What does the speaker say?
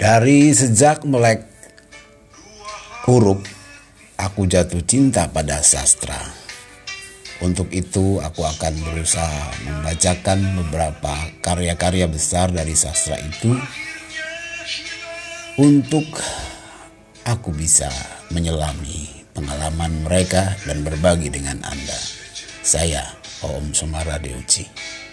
Dari sejak melek huruf, aku jatuh cinta pada sastra. Untuk itu aku akan berusaha membacakan beberapa karya-karya besar dari sastra itu untuk aku bisa menyelami pengalaman mereka dan berbagi dengan Anda. Saya Om Sumaradeuci.